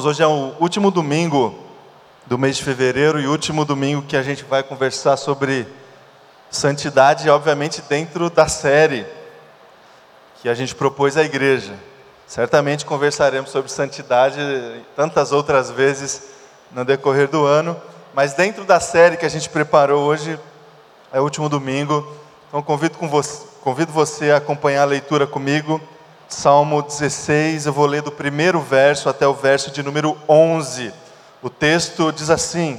Irmãos, hoje é o último domingo do mês de fevereiro e o último domingo que a gente vai conversar sobre santidade, obviamente dentro da série que a gente propôs à igreja. Certamente conversaremos sobre santidade tantas outras vezes no decorrer do ano, mas dentro da série que a gente preparou hoje, é o último domingo, então convido você a acompanhar a leitura comigo. Salmo 16, eu vou ler do primeiro verso até o verso de número 11. O texto diz assim.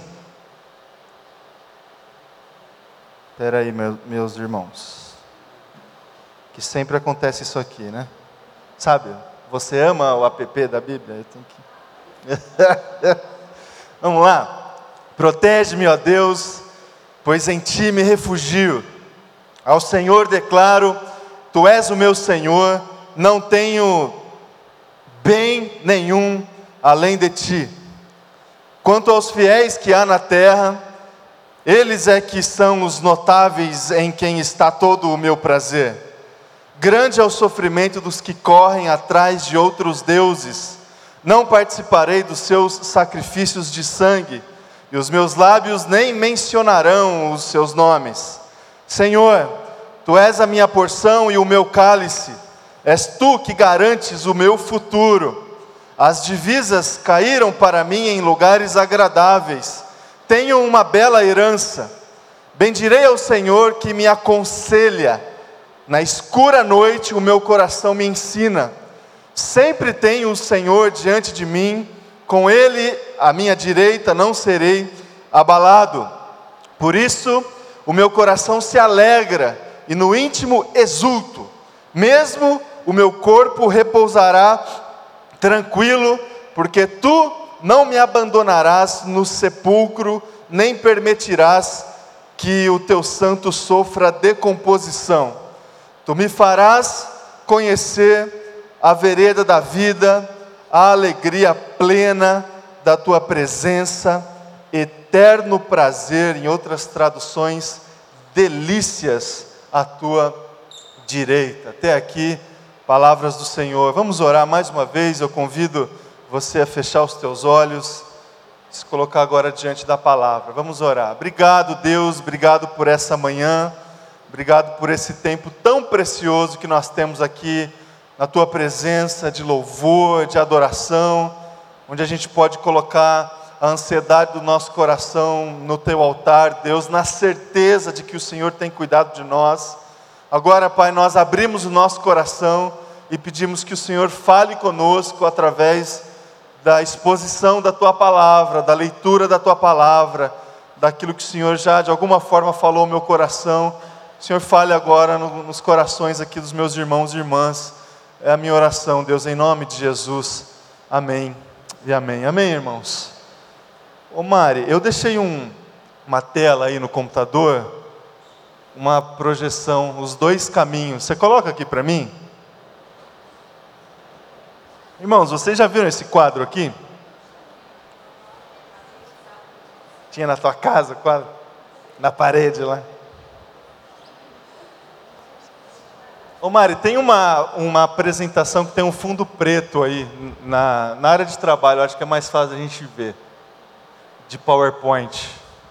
Espera aí, meus irmãos, que sempre acontece isso aqui, né? Sabe, você ama o app da Bíblia? Eu tenho que... Vamos lá. Protege-me, ó Deus, pois em Ti me refugio. Ao Senhor declaro, Tu és o meu Senhor, não tenho bem nenhum além de Ti. Quanto aos fiéis que há na terra, eles é que são os notáveis em quem está todo o meu prazer. Grande é o sofrimento dos que correm atrás de outros deuses. Não participarei dos seus sacrifícios de sangue, e os meus lábios nem mencionarão os seus nomes. Senhor, Tu és a minha porção e o meu cálice. És Tu que garantes o meu futuro. As divisas caíram para mim em lugares agradáveis. Tenho uma bela herança. Bendirei ao Senhor que me aconselha. Na escura noite o meu coração me ensina. Sempre tenho o Senhor diante de mim. Com Ele à minha direita não serei abalado. Por isso o meu coração se alegra e no íntimo exulto. Mesmo o meu corpo repousará tranquilo, porque Tu não me abandonarás no sepulcro, nem permitirás que o Teu santo sofra decomposição. Tu me farás conhecer a vereda da vida, a alegria plena da Tua presença, eterno prazer, em outras traduções, delícias à Tua direita. Até aqui, palavras do Senhor. Vamos orar mais uma vez. Eu convido você a fechar os teus olhos, se colocar agora diante da palavra. Vamos orar. Obrigado, Deus, obrigado por essa manhã, obrigado por esse tempo tão precioso que nós temos aqui na Tua presença, de louvor, de adoração, onde a gente pode colocar a ansiedade do nosso coração no Teu altar, Deus, na certeza de que o Senhor tem cuidado de nós. Agora, Pai, nós abrimos o nosso coração e pedimos que o Senhor fale conosco através da exposição da Tua palavra, da leitura da Tua palavra, daquilo que o Senhor já de alguma forma falou ao meu coração. O Senhor fale agora nos corações aqui dos meus irmãos e irmãs. É a minha oração, Deus, em nome de Jesus. Amém e amém. Amém, irmãos? Ô Mari, eu deixei uma tela aí no computador, uma projeção, os dois caminhos. Você coloca aqui para mim? Irmãos, vocês já viram esse quadro aqui? Tinha na tua casa o quadro? Na parede lá. Ô Mari, tem uma apresentação que tem um fundo preto aí, na área de trabalho, eu acho que é mais fácil a gente ver, de PowerPoint.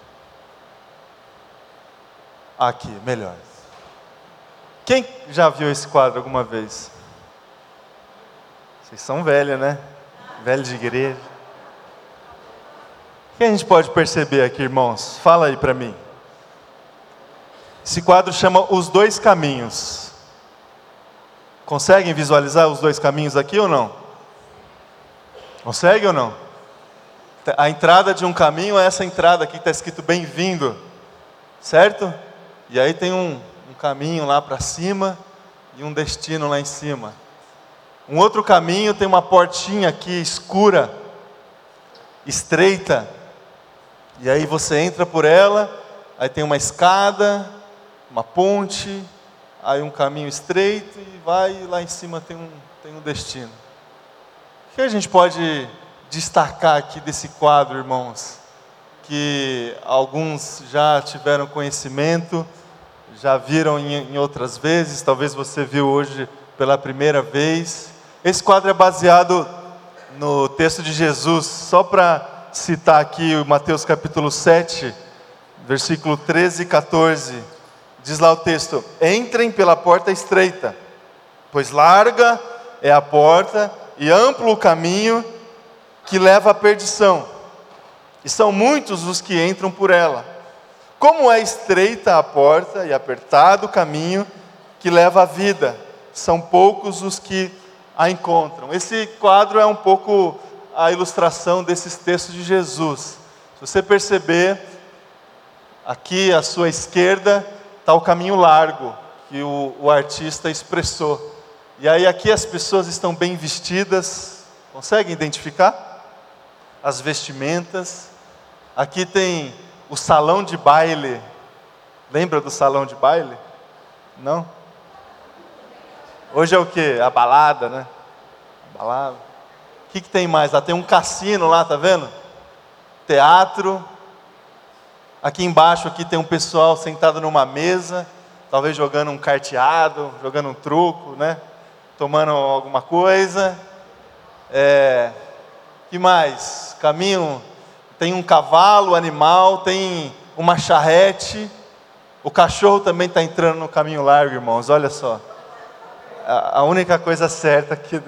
Aqui, melhor. Quem já viu esse quadro alguma vez? Vocês são velhos, né? Velhos de igreja. O que a gente pode perceber aqui, irmãos? Fala aí para mim. Esse quadro chama Os Dois Caminhos. Conseguem visualizar os dois caminhos aqui ou não? Consegue ou não? A entrada de um caminho é essa entrada aqui que está escrito bem-vindo, certo? E aí tem um caminho lá para cima e um destino lá em cima. Um outro caminho tem uma portinha aqui escura, estreita, e aí você entra por ela, aí tem uma escada, uma ponte, aí um caminho estreito e vai, e lá em cima tem um destino. O que a gente pode destacar aqui desse quadro, irmãos? Que alguns já tiveram conhecimento, já viram em outras vezes, talvez você viu hoje pela primeira vez. Esse quadro é baseado no texto de Jesus, só para citar aqui o Mateus capítulo 7, versículo 13 e 14, diz lá o texto: entrem pela porta estreita, pois larga é a porta e amplo o caminho que leva à perdição, e são muitos os que entram por ela. Como é estreita a porta e apertado o caminho que leva à vida, são poucos os que a encontram. Esse quadro é um pouco a ilustração desses textos de Jesus. Se você perceber, aqui à sua esquerda está o caminho largo que o artista expressou. E aí aqui as pessoas estão bem vestidas, conseguem identificar? As vestimentas. Aqui tem o salão de baile. Lembra do salão de baile? Não? Hoje é o quê? A balada, né? A balada. O que tem mais? Lá tem um cassino lá, tá vendo? Teatro. Aqui embaixo aqui tem um pessoal sentado numa mesa, talvez jogando um carteado, jogando um truco, né? Tomando alguma coisa. Que mais? Caminho, tem um cavalo, animal, tem uma charrete. O cachorro também está entrando no caminho largo, irmãos, olha só. A única coisa certa aqui.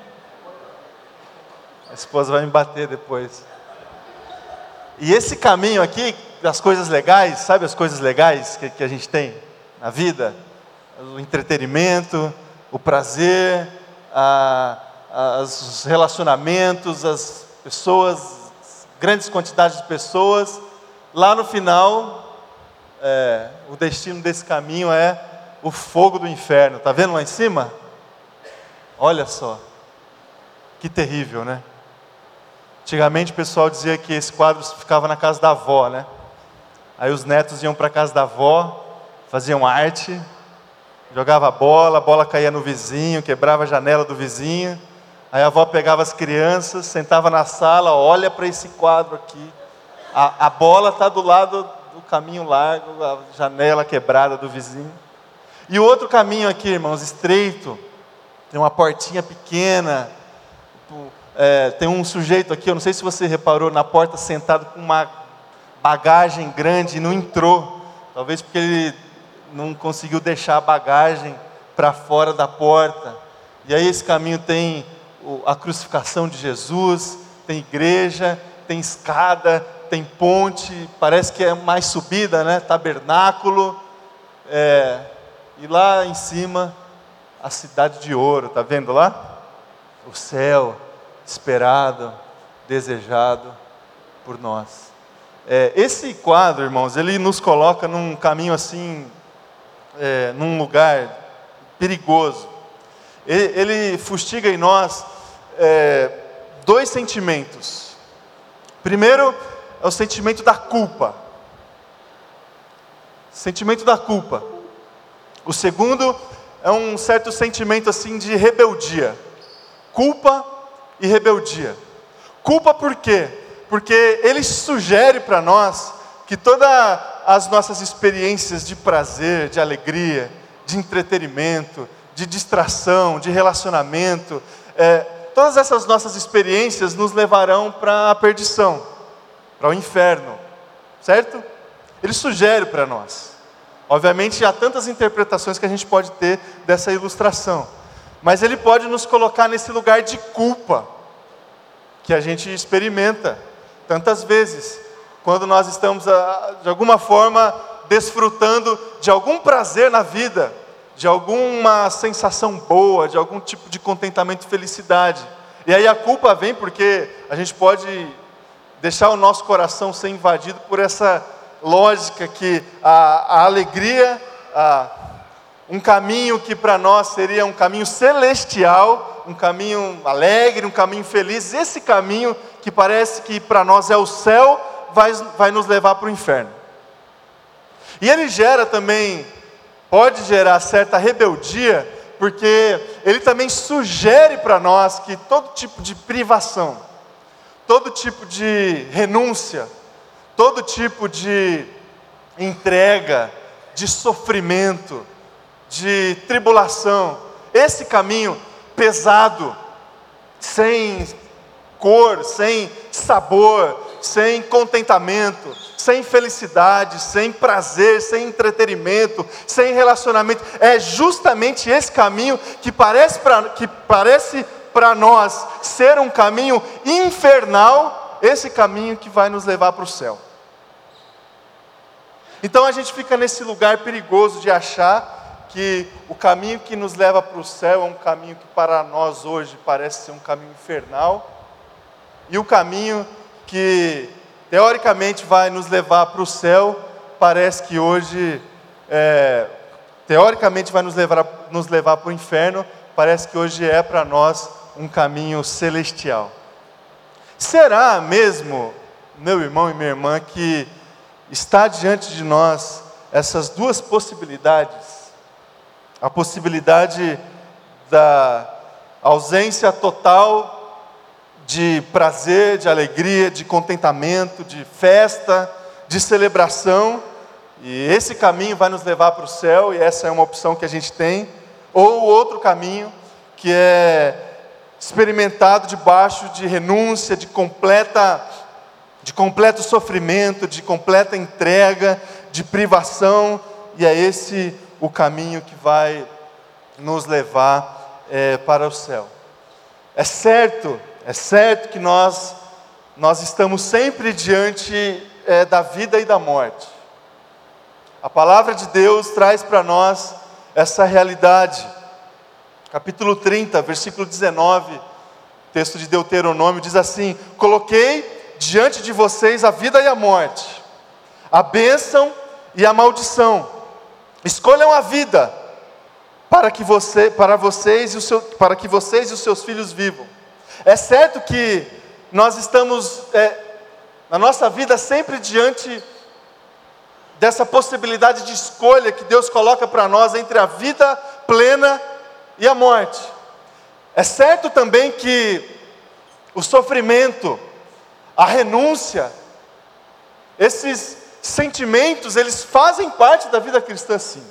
A esposa vai me bater depois. E esse caminho aqui, das coisas legais, sabe as coisas legais que a gente tem na vida? O entretenimento, o prazer, os relacionamentos, as pessoas, grandes quantidades de pessoas. Lá no final, o destino desse caminho é o fogo do inferno. Está vendo lá em cima? Olha só, que terrível, né? Antigamente o pessoal dizia que esse quadro ficava na casa da avó, né? Aí os netos iam para a casa da avó, faziam arte, jogava bola, a bola caía no vizinho, quebrava a janela do vizinho. Aí a avó pegava as crianças, sentava na sala, olha para esse quadro aqui. A bola está do lado do caminho largo, a janela quebrada do vizinho. E o outro caminho aqui, irmãos, estreito, tem uma portinha pequena. Tem um sujeito aqui, eu não sei se você reparou, na porta sentado com uma bagagem grande e não entrou. Talvez porque ele não conseguiu deixar a bagagem para fora da porta. E aí esse caminho tem a crucificação de Jesus, tem igreja, tem escada, tem ponte, parece que é mais subida, né? Tabernáculo. E lá em cima, a cidade de ouro, está vendo lá? O céu esperado, desejado por nós. Esse quadro, irmãos, ele nos coloca num caminho assim, num lugar perigoso. Ele fustiga em nós dois sentimentos. Primeiro é o sentimento da culpa. Sentimento da culpa. O segundo é um certo sentimento assim de rebeldia. Culpa e rebeldia. Culpa por quê? Porque ele sugere para nós que todas as nossas experiências de prazer, de alegria, de entretenimento, de distração, de relacionamento, todas essas nossas experiências nos levarão para a perdição, para o inferno, certo? Ele sugere para nós. Obviamente há tantas interpretações que a gente pode ter dessa ilustração, mas ele pode nos colocar nesse lugar de culpa que a gente experimenta tantas vezes, quando nós estamos de alguma forma desfrutando de algum prazer na vida, de alguma sensação boa, de algum tipo de contentamento e felicidade. E aí a culpa vem porque a gente pode deixar o nosso coração ser invadido por essa lógica que a alegria, um caminho que para nós seria um caminho celestial, um caminho alegre, um caminho feliz, esse caminho que parece que para nós é o céu, vai nos levar para o inferno. E ele gera também, pode gerar certa rebeldia, porque ele também sugere para nós que todo tipo de privação, todo tipo de renúncia, todo tipo de entrega, de sofrimento, de tribulação, esse caminho pesado, sem cor, sem sabor, sem contentamento, sem felicidade, sem prazer, sem entretenimento, sem relacionamento. É justamente esse caminho que parece para nós ser um caminho infernal, esse caminho que vai nos levar para o céu. Então a gente fica nesse lugar perigoso de achar que o caminho que nos leva para o céu é um caminho que para nós hoje parece ser um caminho infernal, e o caminho que teoricamente vai nos levar para o céu, parece que hoje, teoricamente vai nos levar para o inferno, parece que hoje é para nós um caminho celestial. Será mesmo, meu irmão e minha irmã, que está diante de nós essas duas possibilidades? A possibilidade da ausência total de prazer, de alegria, de contentamento, de festa, de celebração, e esse caminho vai nos levar para o céu, e essa é uma opção que a gente tem, ou o outro caminho, que é experimentado debaixo de renúncia, de completo sofrimento, de completa entrega, de privação, e é esse o caminho que vai nos levar para o céu. É certo que nós estamos sempre diante da vida e da morte. A palavra de Deus traz para nós essa realidade. Capítulo 30, versículo 19, texto de Deuteronômio, diz assim: coloquei diante de vocês a vida e a morte, a bênção e a maldição. Escolham a vida, para que vocês e os seus filhos vivam. É certo que nós estamos, na nossa vida, sempre diante dessa possibilidade de escolha que Deus coloca para nós entre a vida plena e a morte. É certo também que o sofrimento, a renúncia, esses sentimentos, eles fazem parte da vida cristã, sim.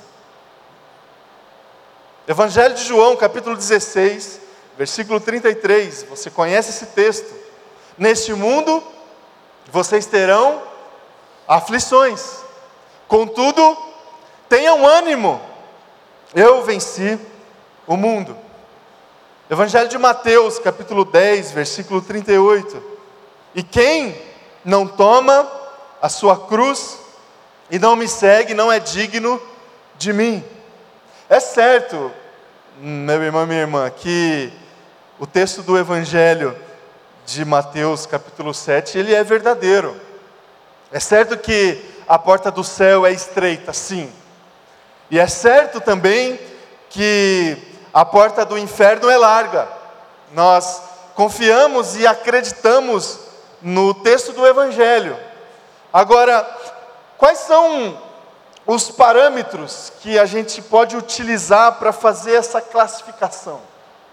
Evangelho de João, capítulo 16, versículo 33, você conhece esse texto. Neste mundo, vocês terão aflições, contudo, tenham ânimo, eu venci o mundo. Evangelho de Mateus, capítulo 10, versículo 38, e quem não toma a sua cruz e não me segue, não é digno de mim. É certo, meu irmão e minha irmã, que o texto do Evangelho de Mateus, capítulo 7, ele é verdadeiro. É certo que a porta do céu é estreita, sim. E é certo também que a porta do inferno é larga. Nós confiamos e acreditamos no texto do Evangelho. Agora, quais são os parâmetros que a gente pode utilizar para fazer essa classificação?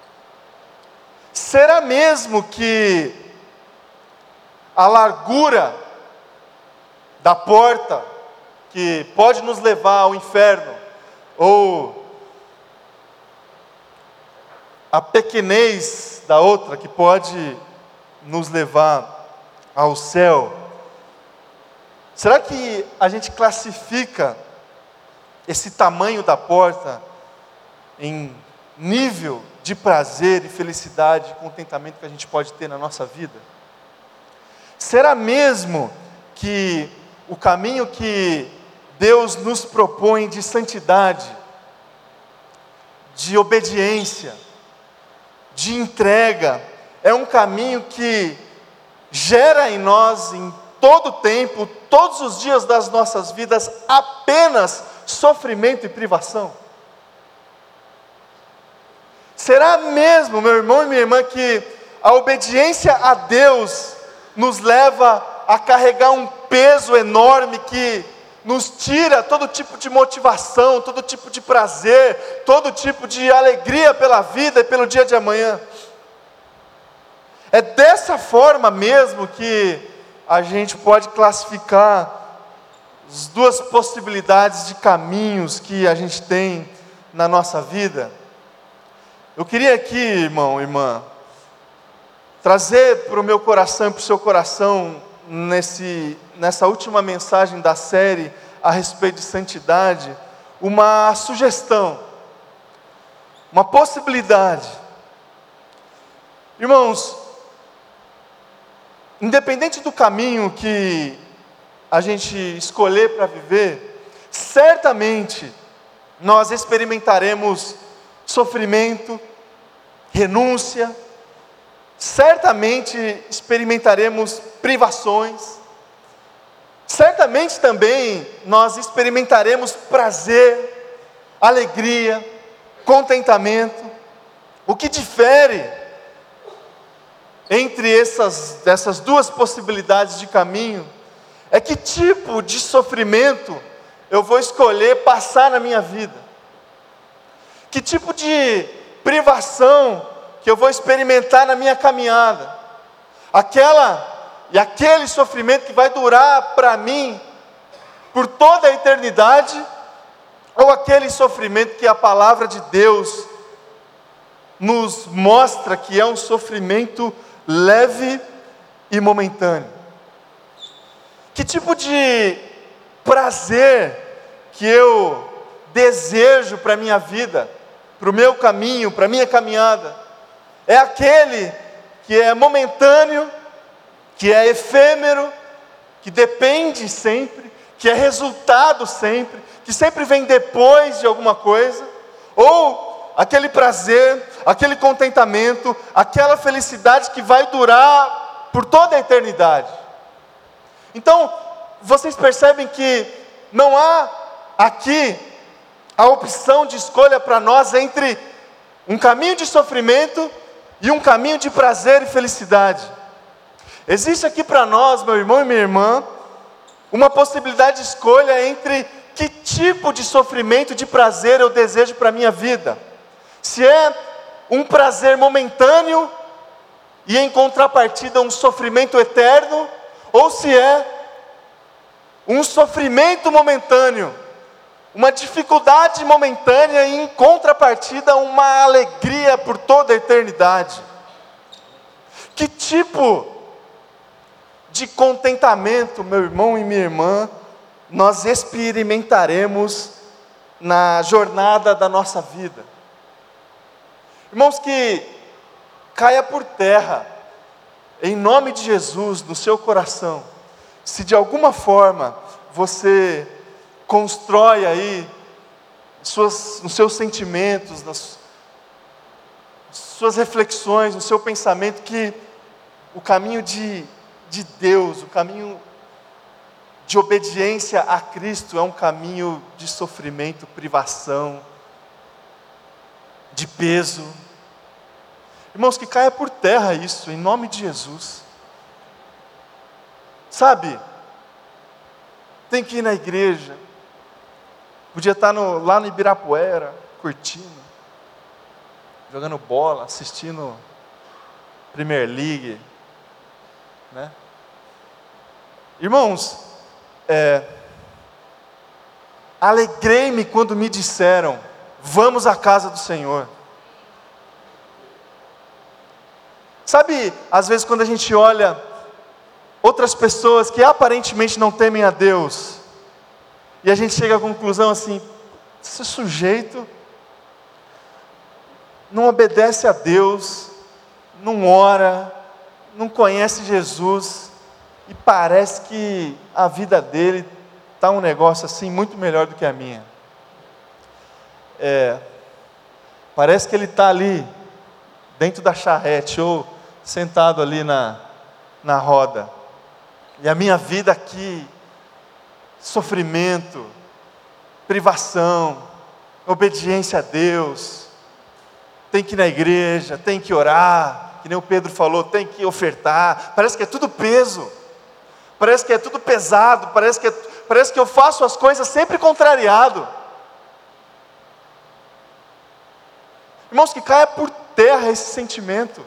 Será mesmo que a largura da porta que pode nos levar ao inferno, ou a pequenez da outra que pode nos levar ao céu, será que a gente classifica esse tamanho da porta em nível de prazer e felicidade e contentamento que a gente pode ter na nossa vida? Será mesmo que o caminho que Deus nos propõe de santidade, de obediência, de entrega, é um caminho que gera em nós, em todo o tempo, todos os dias das nossas vidas, apenas sofrimento e privação? Será mesmo, meu irmão e minha irmã, que a obediência a Deus nos leva a carregar um peso enorme que nos tira todo tipo de motivação, todo tipo de prazer, todo tipo de alegria pela vida e pelo dia de amanhã? É dessa forma mesmo que a gente pode classificar as duas possibilidades de caminhos que a gente tem na nossa vida? Eu queria aqui, irmão, irmã, trazer para o meu coração e para o seu coração, nessa última mensagem da série a respeito de santidade, uma sugestão, uma possibilidade. Irmãos, independente do caminho que a gente escolher para viver, certamente nós experimentaremos sofrimento, renúncia, certamente experimentaremos privações, certamente também nós experimentaremos prazer, alegria, contentamento. O que difere entre essas duas possibilidades de caminho é que tipo de sofrimento eu vou escolher passar na minha vida, que tipo de privação que eu vou experimentar na minha caminhada, aquele sofrimento que vai durar para mim por toda a eternidade, ou aquele sofrimento que a palavra de Deus nos mostra que é um sofrimento leve e momentâneo. Que tipo de prazer que eu desejo para a minha vida, para o meu caminho, para a minha caminhada? É aquele que é momentâneo, que é efêmero, que depende sempre, que é resultado sempre, que sempre vem depois de alguma coisa? Ou aquele prazer, aquele contentamento, aquela felicidade que vai durar por toda a eternidade? Então, vocês percebem que não há aqui a opção de escolha para nós entre um caminho de sofrimento e um caminho de prazer e felicidade. Existe aqui para nós, meu irmão e minha irmã, uma possibilidade de escolha entre que tipo de sofrimento e de prazer eu desejo para a minha vida. Se é um prazer momentâneo e em contrapartida um sofrimento eterno, ou se é um sofrimento momentâneo, uma dificuldade momentânea e em contrapartida uma alegria por toda a eternidade. Que tipo de contentamento, meu irmão e minha irmã, nós experimentaremos na jornada da nossa vida? Irmãos, que caia por terra, em nome de Jesus, no seu coração, se de alguma forma você constrói aí nos seus sentimentos, nas suas reflexões, no seu pensamento, que o caminho de Deus, o caminho de obediência a Cristo é um caminho de sofrimento, privação, de peso. Irmãos, que caia por terra isso, em nome de Jesus. Sabe, tem que ir na igreja, podia estar lá no Ibirapuera, curtindo, jogando bola, assistindo Premier League, né? Irmãos, alegrei-me quando me disseram: vamos à casa do Senhor. Sabe, às vezes quando a gente olha outras pessoas que aparentemente não temem a Deus, e a gente chega à conclusão assim: esse sujeito não obedece a Deus, não ora, não conhece Jesus, e parece que a vida dele está um negócio assim muito melhor do que a minha. Parece que ele está ali dentro da charrete ou sentado ali na roda, e a minha vida aqui, sofrimento, privação, obediência a Deus, tem que ir na igreja, tem que orar, que nem o Pedro falou, tem que ofertar. Parece que é tudo peso, parece que é tudo pesado, parece que eu faço as coisas sempre contrariado. Irmãos, que caia por terra esse sentimento.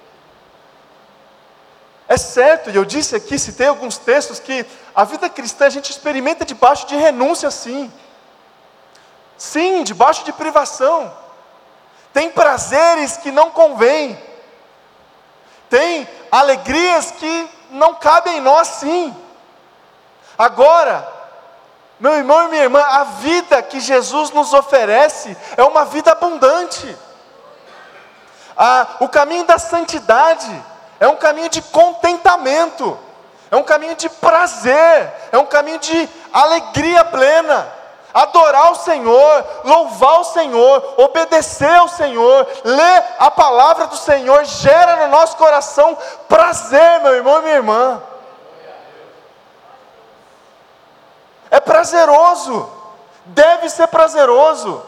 É certo, e eu disse aqui, citei alguns textos, que a vida cristã a gente experimenta debaixo de renúncia, sim. Sim, debaixo de privação. Tem prazeres que não convém. Tem alegrias que não cabem em nós, sim. Agora, meu irmão e minha irmã, a vida que Jesus nos oferece é uma vida abundante. O caminho da santidade é um caminho de contentamento, é um caminho de prazer, é um caminho de alegria plena. Adorar o Senhor, louvar o Senhor, obedecer ao Senhor, ler a palavra do Senhor, gera no nosso coração prazer, meu irmão e minha irmã. É prazeroso, deve ser prazeroso.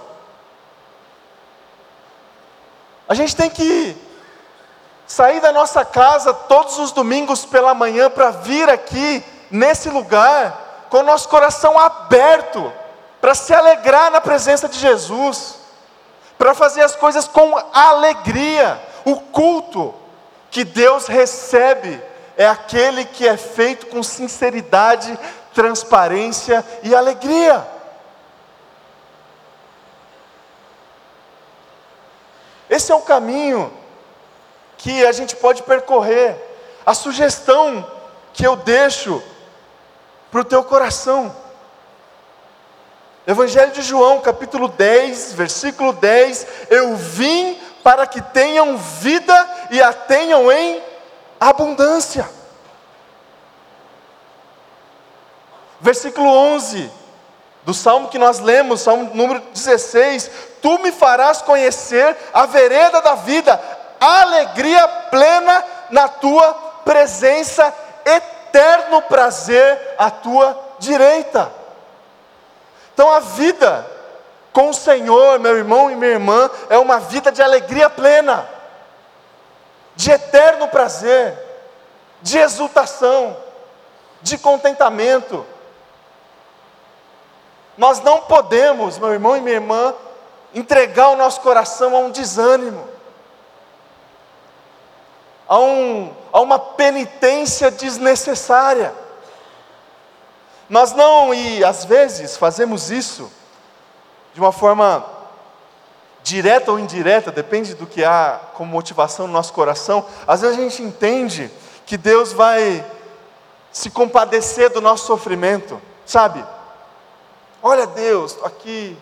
A gente tem que sair da nossa casa todos os domingos pela manhã para vir aqui, nesse lugar, com o nosso coração aberto, para se alegrar na presença de Jesus, para fazer as coisas com alegria. O culto que Deus recebe é aquele que é feito com sinceridade, transparência e alegria. Esse é o caminho que a gente pode percorrer. A sugestão que eu deixo para o teu coração. Evangelho de João, capítulo 10, versículo 10. Eu vim para que tenham vida e a tenham em abundância. Versículo 11, do salmo que nós lemos, salmo número 16. Tu me farás conhecer a vereda da vida, alegria plena na tua presença, eterno prazer à tua direita. Então a vida com o Senhor, meu irmão e minha irmã, é uma vida de alegria plena, de eterno prazer, de exultação, de contentamento. Nós não podemos, meu irmão e minha irmã, entregar o nosso coração a um desânimo, a uma penitência desnecessária. Nós não, e às vezes fazemos isso de uma forma direta ou indireta, depende do que há como motivação no nosso coração. Às vezes a gente entende que Deus vai se compadecer do nosso sofrimento, sabe? Olha Deus, estou aqui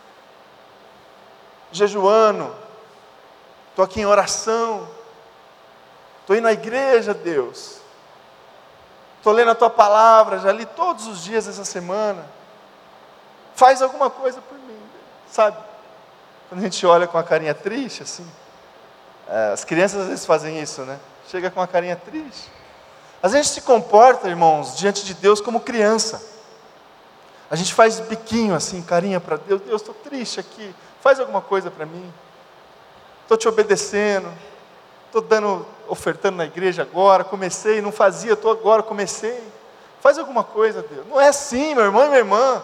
jejuando, estou aqui em oração, estou indo à igreja, Deus, estou lendo a Tua palavra, já li todos os dias essa semana, faz alguma coisa por mim, sabe? Quando a gente olha com a carinha triste, assim, as crianças às vezes fazem isso, né? Chega com a carinha triste. Às vezes a gente se comporta, irmãos, diante de Deus como criança. A gente faz biquinho assim, carinha para Deus. Deus, estou triste aqui, faz alguma coisa para mim. Estou te obedecendo, estou ofertando na igreja agora, comecei, não fazia, estou agora, comecei. Faz alguma coisa, Deus. Não é assim, meu irmão e minha irmã.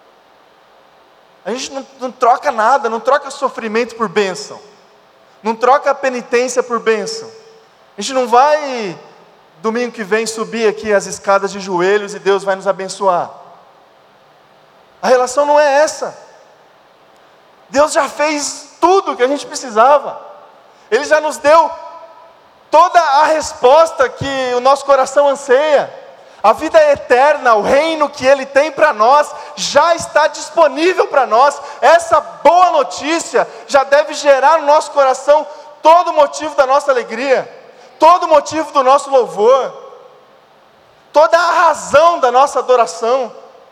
A gente não troca nada, não troca sofrimento por bênção. Não troca a penitência por bênção. A gente não vai, domingo que vem, subir aqui as escadas de joelhos e Deus vai nos abençoar. A relação não é essa. Deus já fez tudo o que a gente precisava. Ele já nos deu toda a resposta que o nosso coração anseia. A vida eterna, o reino que Ele tem para nós, já está disponível para nós. Essa boa notícia já deve gerar no nosso coração todo o motivo da nossa alegria, todo o motivo do nosso louvor, toda a razão da nossa adoração.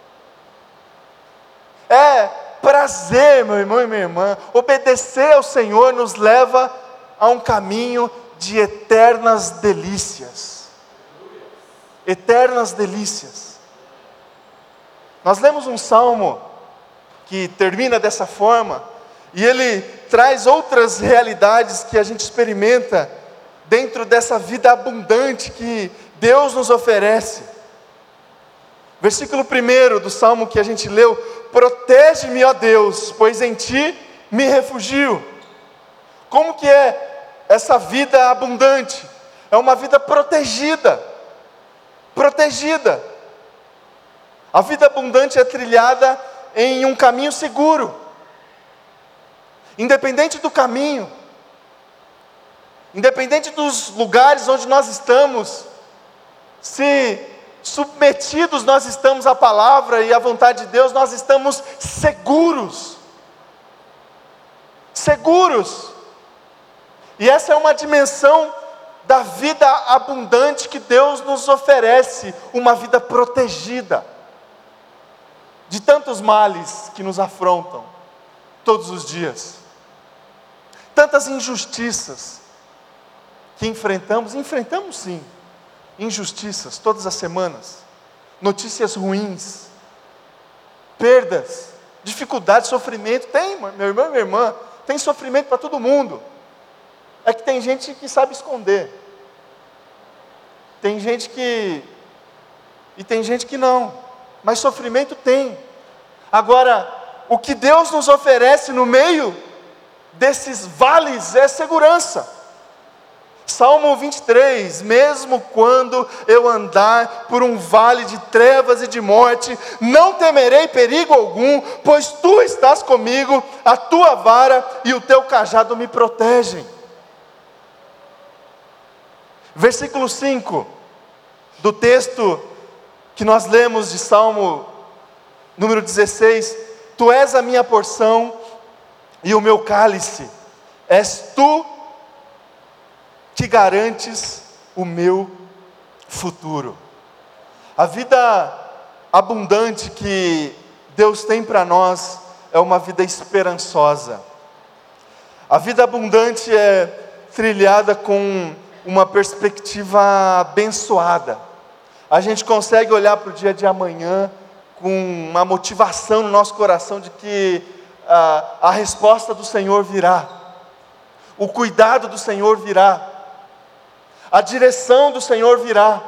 É prazer, meu irmão e minha irmã. Obedecer ao Senhor nos leva a um caminho de eternas delícias. Eternas delícias. Nós lemos um salmo que termina dessa forma, e ele traz outras realidades que a gente experimenta dentro dessa vida abundante que Deus nos oferece. Versículo 1 do salmo que a gente leu: protege-me, ó Deus, pois em Ti me refugio. Como que é essa vida abundante? É uma vida protegida. Protegida. A vida abundante é trilhada em um caminho seguro. Independente do caminho, independente dos lugares onde nós estamos, se submetidos nós estamos à palavra e à vontade de Deus, nós estamos seguros. Seguros. E essa é uma dimensão da vida abundante que Deus nos oferece, uma vida protegida de tantos males que nos afrontam todos os dias, tantas injustiças que enfrentamos sim, injustiças todas as semanas, notícias ruins, perdas, dificuldades, sofrimento. Tem, meu irmão e minha irmã, tem sofrimento para todo mundo. É que tem gente que sabe esconder, tem gente que não, mas sofrimento tem. Agora, o que Deus nos oferece no meio desses vales é segurança. Salmo 23, mesmo quando eu andar por um vale de trevas e de morte, não temerei perigo algum, pois tu estás comigo, a tua vara e o teu cajado me protegem. Versículo 5, do texto que nós lemos de Salmo número 16, tu és a minha porção e o meu cálice, és tu que garantes o meu futuro. A vida abundante que Deus tem para nós é uma vida esperançosa. A vida abundante é trilhada com uma perspectiva abençoada. A gente consegue olhar para o dia de amanhã com uma motivação no nosso coração de que a resposta do Senhor virá, o cuidado do Senhor virá, a direção do Senhor virá.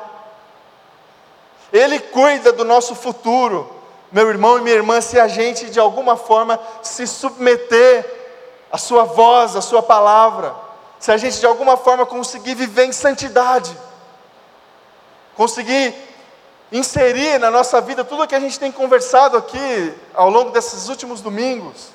Ele cuida do nosso futuro, meu irmão e minha irmã, se a gente de alguma forma se submeter à sua voz, à sua palavra, se a gente de alguma forma conseguir viver em santidade, conseguir inserir na nossa vida tudo o que a gente tem conversado aqui ao longo desses últimos domingos,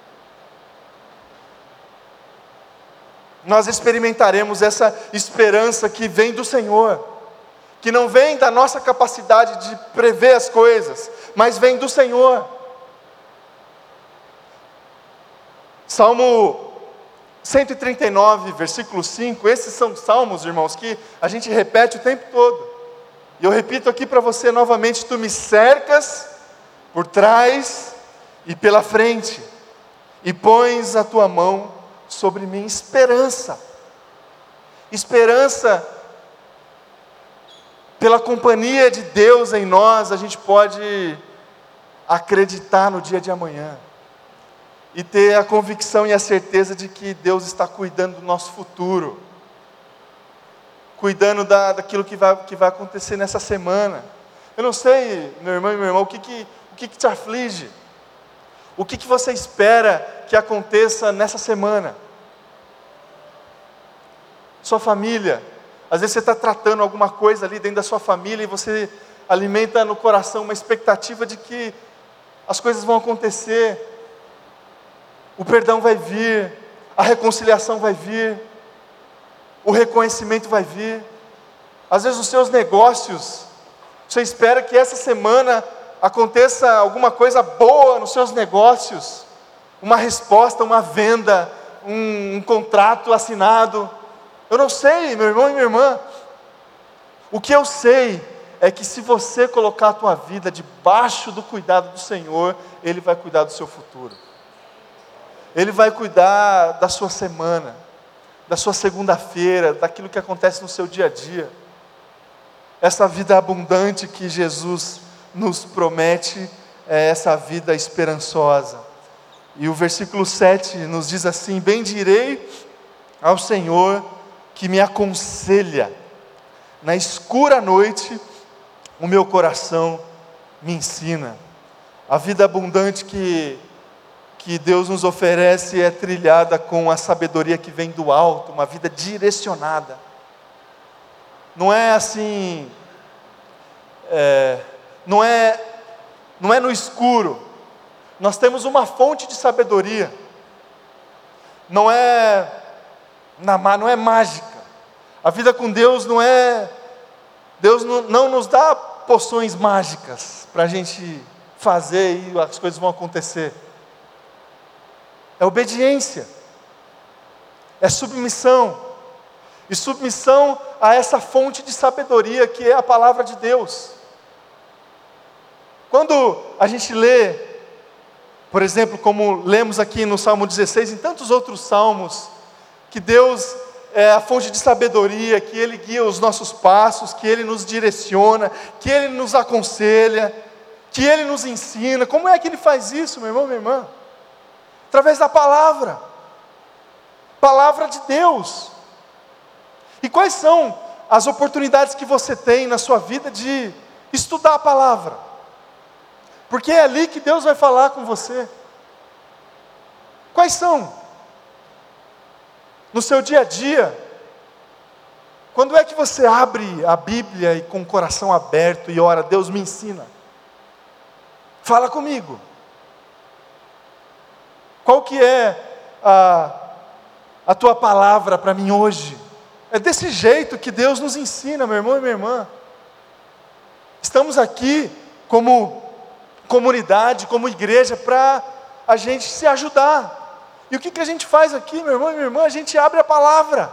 nós experimentaremos essa esperança que vem do Senhor, que não vem da nossa capacidade de prever as coisas, mas vem do Senhor. Salmo 139, versículo 5, esses são salmos, irmãos, que a gente repete o tempo todo. E eu repito aqui para você novamente: tu me cercas por trás e pela frente, e pões a tua mão sobre mim. Esperança, esperança pela companhia de Deus em nós, a gente pode acreditar no dia de amanhã, e ter a convicção e a certeza de que Deus está cuidando do nosso futuro, cuidando daquilo que vai acontecer nessa semana. Eu não sei, meu irmão e minha irmã, o que te aflige, o que você espera que aconteça nessa semana. Sua família, às vezes você está tratando alguma coisa ali dentro da sua família, e você alimenta no coração uma expectativa de que as coisas vão acontecer, o perdão vai vir, a reconciliação vai vir, o reconhecimento vai vir. Às vezes os seus negócios, você espera que essa semana aconteça alguma coisa boa nos seus negócios, uma resposta, uma venda, um contrato assinado. Eu não sei, meu irmão e minha irmã, o que eu sei é que se você colocar a tua vida debaixo do cuidado do Senhor, Ele vai cuidar do seu futuro, Ele vai cuidar da sua semana, da sua segunda-feira, daquilo que acontece no seu dia a dia. Essa vida abundante que Jesus nos promete é essa vida esperançosa. E o versículo 7 nos diz assim: bendirei ao Senhor que me aconselha, na escura noite o meu coração me ensina. A vida abundante que Deus nos oferece é trilhada com a sabedoria que vem do alto, uma vida direcionada. Não é assim, não é no escuro. Nós temos uma fonte de sabedoria. Não é Não é mágica. A vida com Deus não é... Deus não nos dá poções mágicas para a gente fazer e as coisas vão acontecer. É obediência. É submissão. E submissão a essa fonte de sabedoria que é a palavra de Deus. Quando a gente lê, por exemplo, como lemos aqui no Salmo 16, em tantos outros salmos, que Deus é a fonte de sabedoria, que Ele guia os nossos passos, que Ele nos direciona, que Ele nos aconselha, que Ele nos ensina. Como é que Ele faz isso, meu irmão, minha irmã? Através da palavra. Palavra de Deus. E quais são as oportunidades que você tem na sua vida de estudar a palavra? Porque é ali que Deus vai falar com você. Quais são? No seu dia a dia, quando é que você abre a Bíblia e com o coração aberto e ora, Deus me ensina? Fala comigo. Qual que é a tua palavra para mim hoje? É desse jeito que Deus nos ensina, meu irmão e minha irmã. Estamos aqui como comunidade, como igreja, para a gente se ajudar. E o que a gente faz aqui, meu irmão e minha irmã? A gente abre a palavra.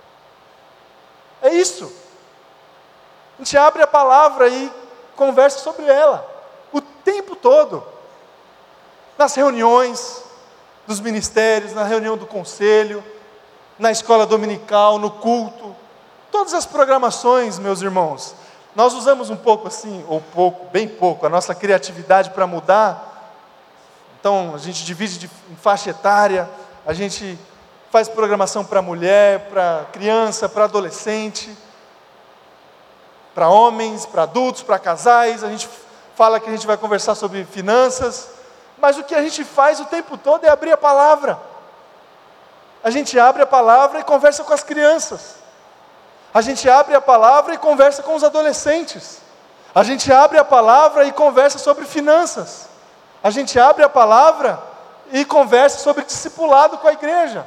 É isso. A gente abre a palavra e conversa sobre ela. O tempo todo. Nas reuniões dos ministérios, na reunião do conselho, na escola dominical, no culto. Todas as programações, meus irmãos. Nós usamos um pouco assim, ou pouco, bem pouco, a nossa criatividade para mudar. Então, a gente divide em faixa etária, a gente faz programação para mulher, para criança, para adolescente, para homens, para adultos, para casais. A gente fala que a gente vai conversar sobre finanças, mas o que a gente faz o tempo todo é abrir a palavra. A gente abre a palavra e conversa com as crianças. A gente abre a palavra e conversa com os adolescentes. A gente abre a palavra e conversa sobre finanças. A gente abre a palavra e conversa sobre discipulado com a igreja.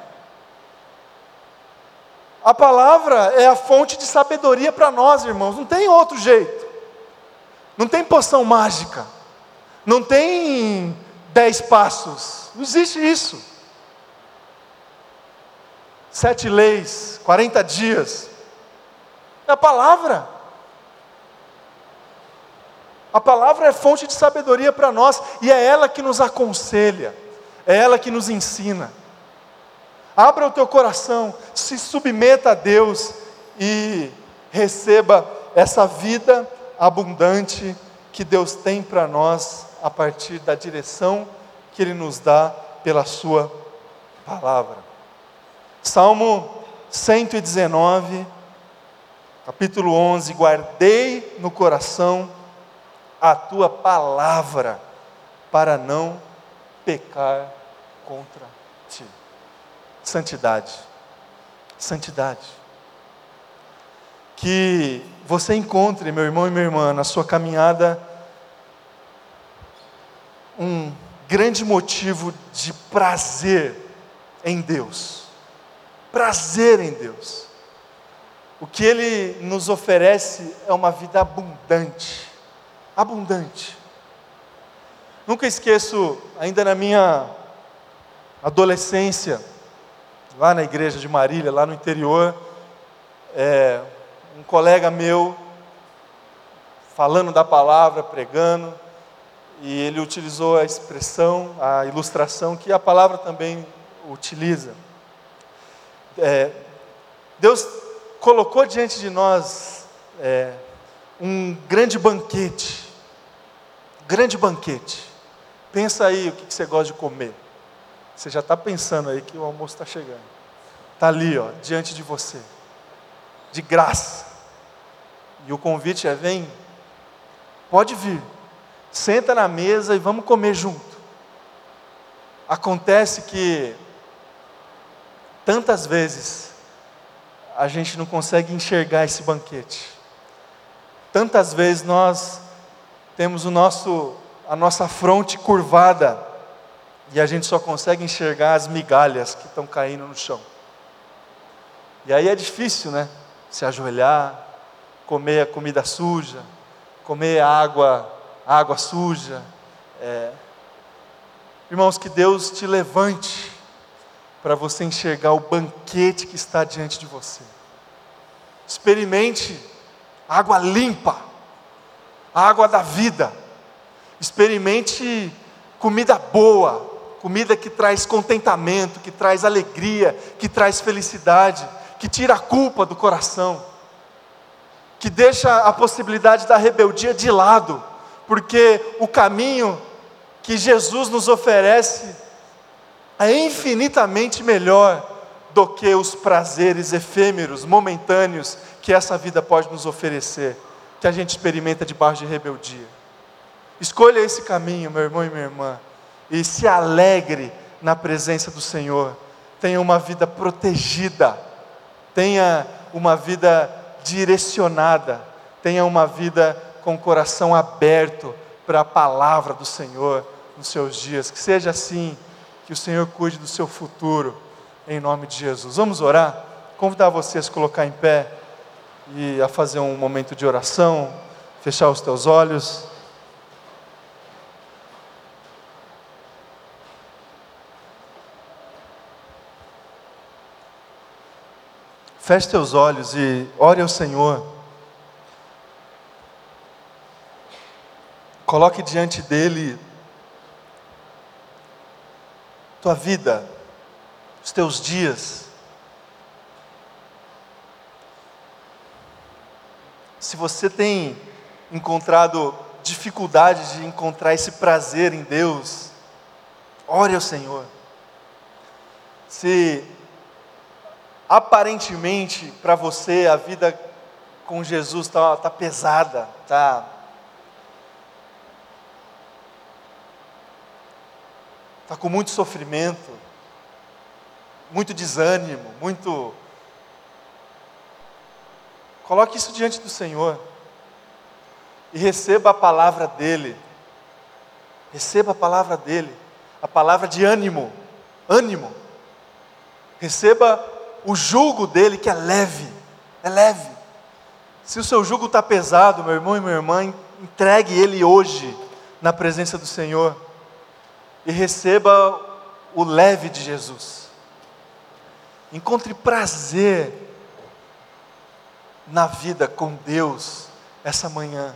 A palavra é a fonte de sabedoria para nós, irmãos. Não tem outro jeito. Não tem poção mágica. Não tem 10 passos. Não existe isso. 7 leis, 40 dias. É a palavra. A palavra é fonte de sabedoria para nós, e é ela que nos aconselha, é ela que nos ensina. Abra o teu coração, se submeta a Deus e receba essa vida abundante que Deus tem para nós a partir da direção que Ele nos dá pela sua palavra. Salmo 119, capítulo 11, guardei no coração a tua palavra, para não pecar contra ti. Santidade. Santidade. Que você encontre, meu irmão e minha irmã, na sua caminhada, um grande motivo de prazer em Deus. Prazer em Deus. O que Ele nos oferece é uma vida abundante. Abundante. Nunca esqueço, ainda na minha adolescência, lá na igreja de Marília, lá no interior, um colega meu, falando da palavra, pregando, e ele utilizou a expressão, a ilustração, que a palavra também utiliza. Deus colocou diante de nós um grande banquete. Grande banquete. Pensa aí o que você gosta de comer. Você já está pensando aí que o almoço está chegando. Está ali, ó, diante de você. De graça. E o convite é: vem, pode vir. Senta na mesa e vamos comer junto. Acontece que tantas vezes a gente não consegue enxergar esse banquete. Tantas vezes nós temos a nossa fronte curvada e a gente só consegue enxergar as migalhas que estão caindo no chão. E aí é difícil, né? Se ajoelhar, comer a comida suja, comer a água suja. Irmãos, que Deus te levante para você enxergar o banquete que está diante de você. Experimente água limpa, a água da vida. Experimente comida boa, comida que traz contentamento, que traz alegria, que traz felicidade, que tira a culpa do coração, que deixa a possibilidade da rebeldia de lado, porque o caminho que Jesus nos oferece é infinitamente melhor do que os prazeres efêmeros, momentâneos, que essa vida pode nos oferecer, que a gente experimenta debaixo de rebeldia. Escolha esse caminho, meu irmão e minha irmã, e se alegre na presença do Senhor. Tenha uma vida protegida, tenha uma vida direcionada, tenha uma vida com o coração aberto para a palavra do Senhor nos seus dias. Que seja assim, que o Senhor cuide do seu futuro, em nome de Jesus. Vamos orar? Convidar você a se colocar em pé e a fazer um momento de oração, fechar os teus olhos. Feche teus olhos e ore ao Senhor. Coloque diante dEle tua vida, os teus dias. Se você tem encontrado dificuldade de encontrar esse prazer em Deus, ore ao Senhor. Se aparentemente para você a vida com Jesus está pesada, está com muito sofrimento, muito desânimo, coloque isso diante do Senhor e receba a palavra dEle. Receba a palavra dEle, a palavra de ânimo. Receba o jugo dEle, que é leve. Se o seu jugo está pesado, meu irmão e minha irmã, entregue ele hoje na presença do Senhor e receba o leve de Jesus. Encontre prazer na vida com Deus essa manhã.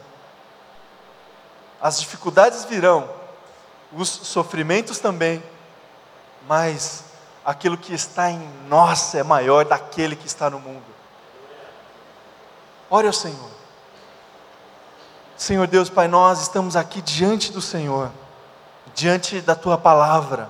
As dificuldades virão, os sofrimentos também, mas aquilo que está em nós é maior daquele que está no mundo. Ore ao Senhor. Senhor Deus, Pai, nós estamos aqui diante do Senhor, diante da Tua palavra,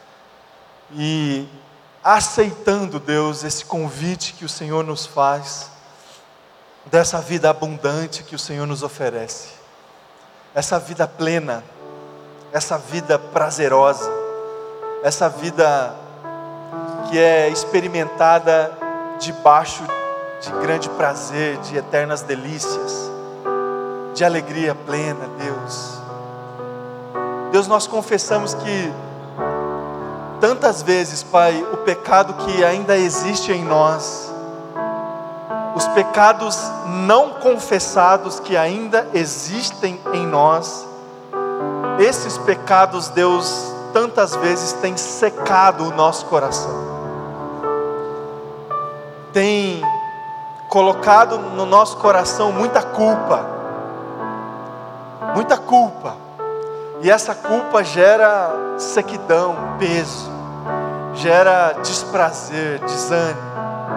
e aceitando, Deus, esse convite que o Senhor nos faz, dessa vida abundante que o Senhor nos oferece, essa vida plena, essa vida prazerosa, essa vida que é experimentada debaixo de grande prazer, de eternas delícias, de alegria plena, Deus. Deus, nós confessamos que tantas vezes, Pai, o pecado que ainda existe em nós, os pecados não confessados que ainda existem em nós, esses pecados, Deus, tantas vezes têm secado o nosso coração, tem colocado no nosso coração muita culpa, e essa culpa gera sequidão, peso, gera desprazer, desânimo.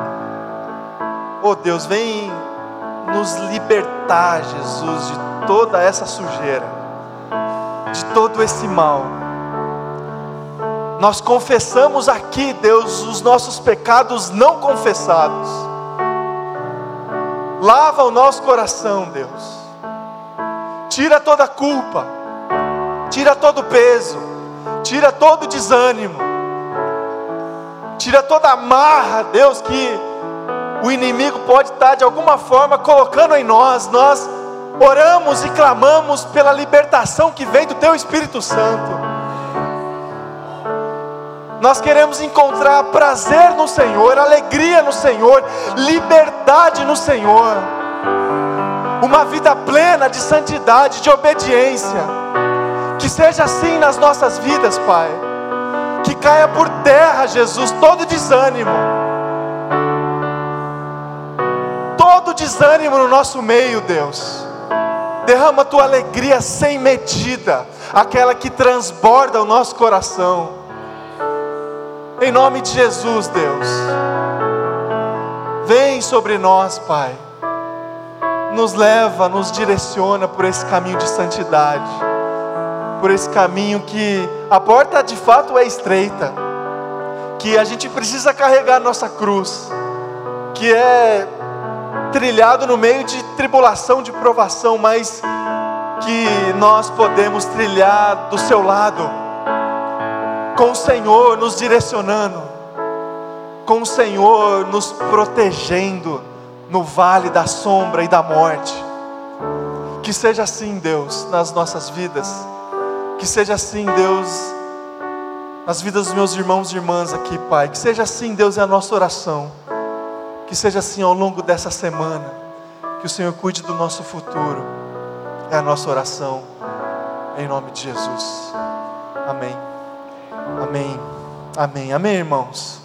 Oh Deus, vem nos libertar, Jesus, de toda essa sujeira, de todo esse mal. Nós confessamos aqui, Deus, os nossos pecados não confessados. Lava o nosso coração, Deus. Tira toda a culpa, tira todo o peso, tira todo o desânimo, tira toda a amarra, Deus, que o inimigo pode estar de alguma forma colocando em nós. Nós oramos e clamamos pela libertação que vem do Teu Espírito Santo. Nós queremos encontrar prazer no Senhor, alegria no Senhor, liberdade no Senhor. Uma vida plena de santidade, de obediência. Que seja assim nas nossas vidas, Pai. Que caia por terra, Jesus, todo desânimo. Todo desânimo no nosso meio, Deus. Derrama a tua alegria sem medida, aquela que transborda o nosso coração. Em nome de Jesus, Deus. Vem sobre nós, Pai. Nos leva, nos direciona por esse caminho de santidade. Por esse caminho que a porta de fato é estreita. Que a gente precisa carregar nossa cruz. Que é trilhado no meio de tribulação, de provação, mas que nós podemos trilhar do seu lado, com o Senhor nos direcionando, com o Senhor nos protegendo no vale da sombra e da morte. Que seja assim, Deus, nas nossas vidas. Que seja assim, Deus, nas vidas dos meus irmãos e irmãs aqui, Pai. Que seja assim, Deus, é a nossa oração. Que seja assim ao longo dessa semana. Que o Senhor cuide do nosso futuro. É a nossa oração. Em nome de Jesus. Amém. Amém. Amém. Amém, irmãos.